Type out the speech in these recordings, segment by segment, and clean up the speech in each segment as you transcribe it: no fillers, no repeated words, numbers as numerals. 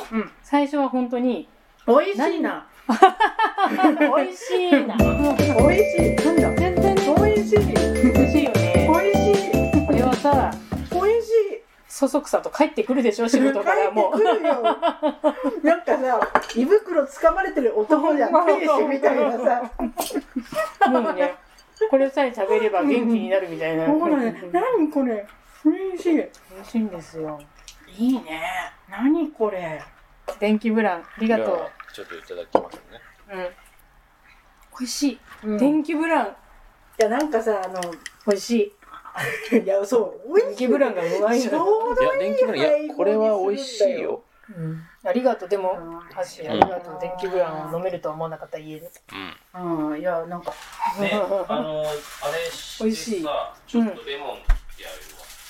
最初は本当に美味しいな美味しいな美味しいなんだ全然美味しい美味しいよね。 美味しいこれはさ、 美味しいそそくさと帰ってくるでしょ、仕事からもう。 帰ってくるよなんかさ、胃袋掴まれてる男じゃん、亭主みたいなさもうね、これさえ食べれば元気になるみたいな。 そうだね、何これ美味しい美味しいんですよ。 いいね、何これ電気ブラン、ありがとう。 ちょっといただきますね。 美味しい。 うん電気ブラン、 いやなんかさ、 美味しい。 いやそう美味しい電気ブランがうまいちの。 ょうどいい電気ブラン、いや、これは美味しいよ。 ありがとう。でも、ハッシーありがとう。 うん電気ブランを飲めるとは思わなかった、家で。 うんいやなんかね、あれしてさ、 美味しいちょっとレモンってや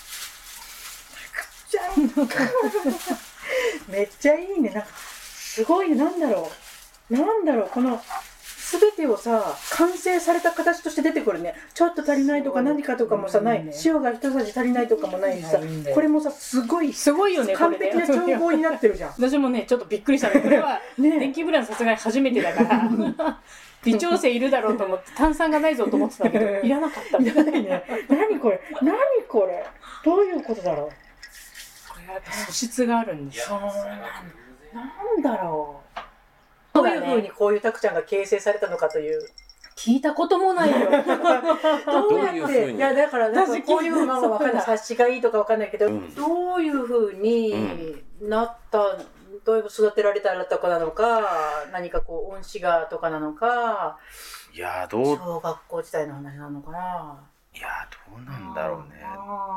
るわ。 じゃんめっちゃいいね、なんかすごい、なんだろうこの全てをさ完成された形として出てくるね。ちょっと足りないとか何かとかもさない、塩が一さじ足りないとかもないしさ、これもさすごいよね、 完璧な調合になってるじゃん私もね、ちょっとびっくりしたね。これは、 ね電気ブランさすがに初めてだから微調整いるだろうと思って、炭酸がないぞと思ってたけど、いらなかったみたいな。 ね、何これどういうことだろう。 これはやっぱ素質があるんですよ。 なんだろう。どういう風にこういうタクちゃんが形成されたのかという。 聞いたこともないよ。 どうやっていやだからなんかこういうまあわかんない、察しがいいとかわかんないけど、どういう風になった、どういう育てられたらとかなのか、何かこう恩師がとかなのか、 いやどう、 小学校時代の話なのかな。 いやどうなんだろうね。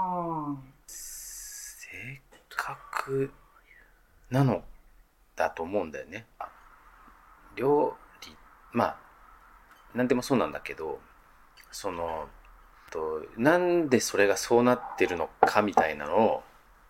性格なのだと思うんだよね。料理、まあ何でもそうなんだけど、なんでそれがそうなってるのかみたいなの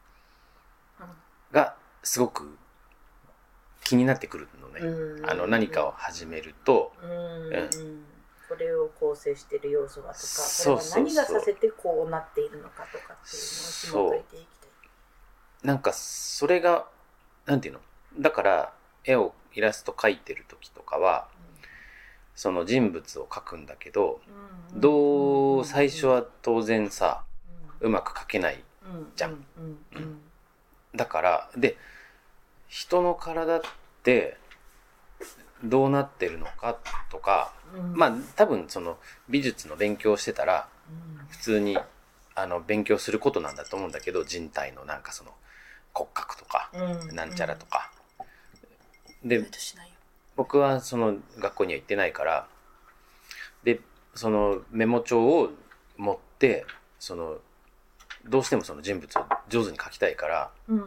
がすごく気になってくるのね。何かを始めると、 これを構成している要素がとか、これは何がさせてこうなっているのかとかっていうのを紐解いていきたい。 なんかそれがなんていうの、だからイラスト描いてる時とかは、その人物を描くんだけど、最初は当然さ、うまく描けないじゃん。だからで人の体ってどうなってるのかとか、まあ多分その美術の勉強してたら普通に勉強することなんだと思うんだけど、人体のなんかその骨格とか、なんちゃらとかで、僕はその学校には行ってないから、でそのメモ帳を持ってどうしてもその人物を上手に描きたいから、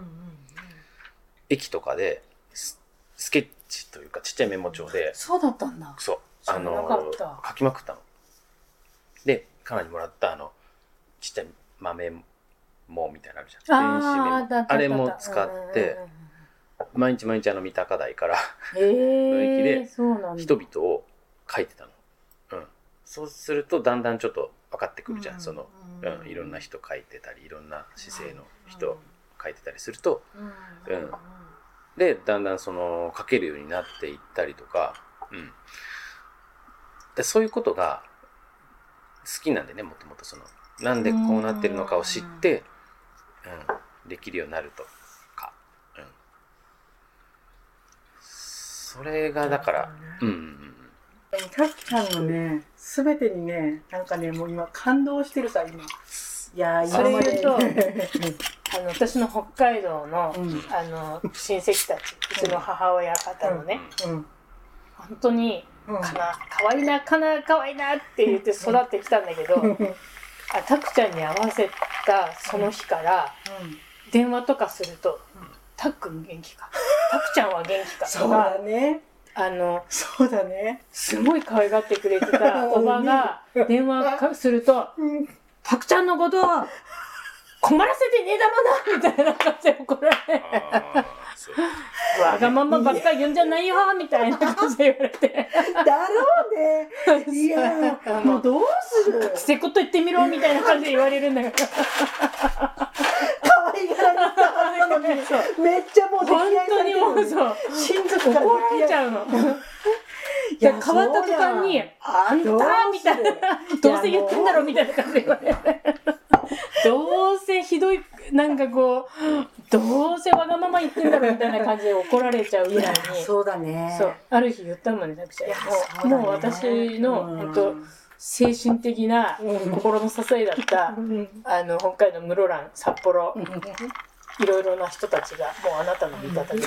駅とかでスケッチというかちっちゃいメモ帳で、 そうだったんだ。 そう知らなかった。 書きまくったので、かなりもらったちっちゃい豆もみたいなのあるじゃん、電子メモ、あれも使って毎日三鷹台からの駅で人々を書いてたの。そうするとだんだんちょっと分かってくるじゃん。いろんな人書いてたり、いろんな姿勢の人書いてたりすると、でだんだん書けるようになっていったりとか、でそういうことが好きなんでね、もともとなんでこうなってるのかを知って、できるようになるとか、それがだから、 タキちゃんのね、すべてにね、なんかね、もう今感動してるさ、今。いやー、 それ言うと私の北海道の、親戚たち、うちの母親方のね、本当に可愛いなって言って育ってきたんだけど、タクちゃんに合わせたその日から電話とかすると、タックン元気か、タクちゃんは元気かとか、 そうだね、そうだね、 すごい可愛がってくれてたおばが電話すると、タクちゃんのことは困らせてねえだろうなみたいな感じで怒られわがままばっかり言うんじゃないよみたいな感じで言われてだろうね、いやもうどうする、 せこと言ってみろみたいな感じで言われるんだから可貝殻にしたはずなのにめっちゃもう溺愛されてるのに親族から怒られちゃうの。変わった途端に「あんた」みたいな「どうせ言ってんだろ」みたいな感じで言われてどうせひどいなんかこうどうせわがまま言ってんだろみたいな感じで怒られちゃうぐらいに。 そうだね。 そうある日言ったもんね、たくちゃん。もう私の本当精神的な心の支えだった北海道室蘭札幌いろいろな人たちがもうあなたの味方です。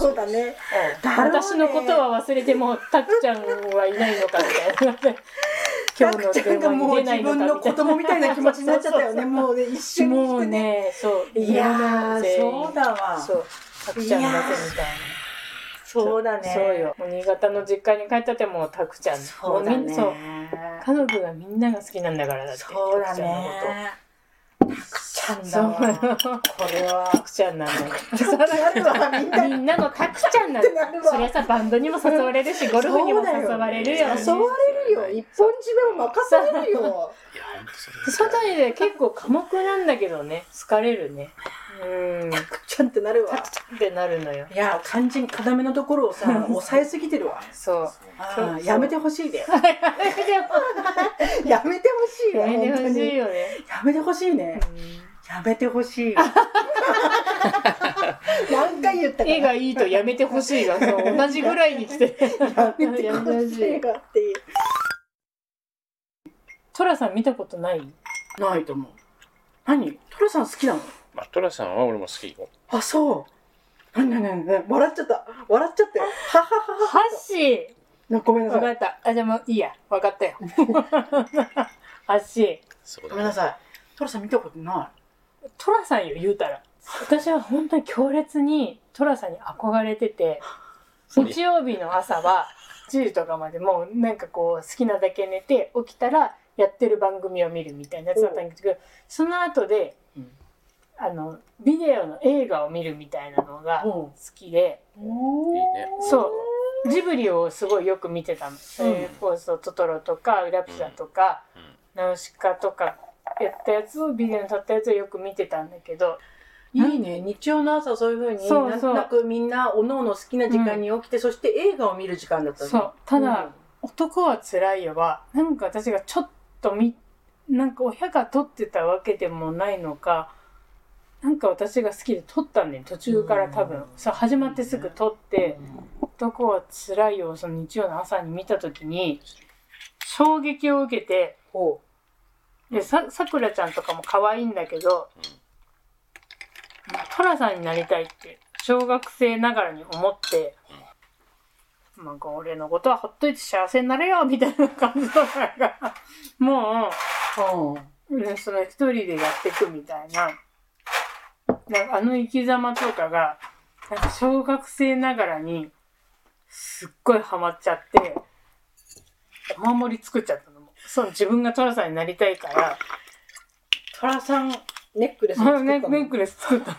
そうだね。 私のことは忘れてもたくちゃんはいないのかみたいな。今日の電話に出ないのかみたいな。 自分の子供みたいな気持ちになっちゃったよね。もうね一緒にもうね、そういやそうだわ。 そうたくちゃんだけみたいな。 そうだね。 そうよ。もう新潟の実家に帰ったってもうたくちゃん。 そうだね。 家族がみんなが好きなんだからだって。 そうだね。たくちゃんだわ。これはたくちゃんなの。みんなのたくちゃんなの。それはさバンドにも誘われるしゴルフにも誘われるよ。 誘われるよ。一本締めを任されるよ。 外で結構寡黙なんだけどね、疲れるね。 たくちゃんってなるわ。 たくちゃんってなるのよ。 いや肝心要のところをさ抑えすぎてるわ。 そう。 やめてほしいで。 やめてほしいよね。 やめてほしいね。やめてほしい。何回言ったか。 絵がいいとやめてほしいが同じぐらいに来て。 やめてほしいがっていう。 トラさん見たことない？ ないと思う。何？トラさん好きなの？ まあ、トラさんは俺も好きよ。 あ、そう。笑っちゃった。笑っちゃったよ。はははは。 ハッシー。 ごめんなさい。 分かった。あ、でもいいや。分かったよ。ハッシー。ごめんなさい。トラさん見たことない。 トラさんよ、言うたら。私は本当に強烈にトラさんに憧れてて、日曜日の朝は10時とかまでもうなんかこう好きなだけ寝て起きたらやってる番組を見るみたいなやつだったんですけど、その後で、ビデオの映画を見るみたいなのが好きで、そう、ジブリをすごいよく見てたの。それこそトトロとかウラピュラとか、ナウシカとかやったやつをビデオに撮ったやつをよく見てたんだけど、 いいね。日曜の朝そういう風になんとなくみんなおのおの好きな時間に起きて、そして映画を見る時間だったの。 そう。ただ、男はつらいよはなんか私がちょっとなんか親が撮ってたわけでもないのか、なんか私が好きで撮ったんだよ、途中から多分。さ、始まってすぐ撮って、男はつらいよをその日曜の朝に見たときに、衝撃を受けて、で、さくらちゃんとかも可愛いんだけど、トラさんになりたいって、小学生ながらに思って、なんか俺のことはほっといて幸せになれよみたいな感じだから、もう、その一人でやっていくみたいな。なんか生き様とかが、なんか小学生ながらに、すっごいハマっちゃって、お守り作っちゃったのも。そう、自分がトラさんになりたいから、 トラさんネックレス作ったの？ネックレス作ったの。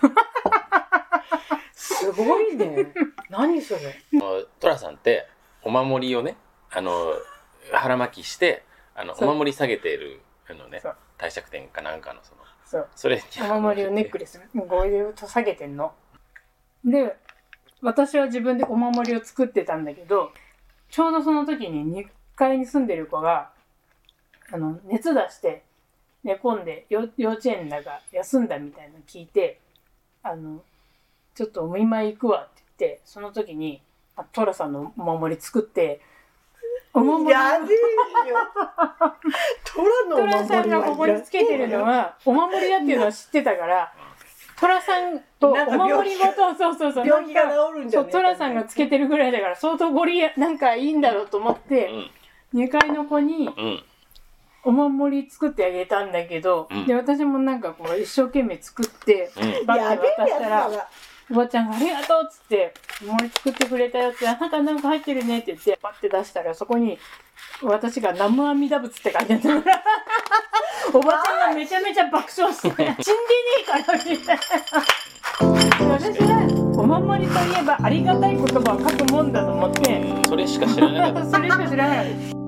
すごいね。何それ？ トラさんってお守りをね、腹巻きして、お守り下げてる帝釈天かなんかのそれお守りをネックレスこういうと下げてんの。で、私は自分でお守りを作ってたんだけど、ちょうどその時に2階に住んでる子が熱出して寝込んで幼稚園だが休んだみたいなの聞いて、ちょっとお見舞い行くわって言って、その時にトラさんのお守り作って、お守りやべえよ。 トラさんがここにつけてるのはお守りだっていうのは知ってたから、トラさんとお守りごと、そう病気が治るんじゃねえか、 トラさんがつけてるぐらいだから相当なんかいいんだろうと思って、2階の子にお守り作ってあげたんだけど、で私もなんかこう一生懸命作ってバッて渡したら、おばちゃんがありがとうっつって、お守り作ってくれたよって、なんか入ってるねって言ってバッて出したら、そこに私が南無阿弥陀仏って書いてあったからおばちゃんがめちゃめちゃ爆笑して死んでねえからみたいな。私はお守りといえばありがたい言葉を書くもんだと思って、 それしか知らなかった。 それしか知らない。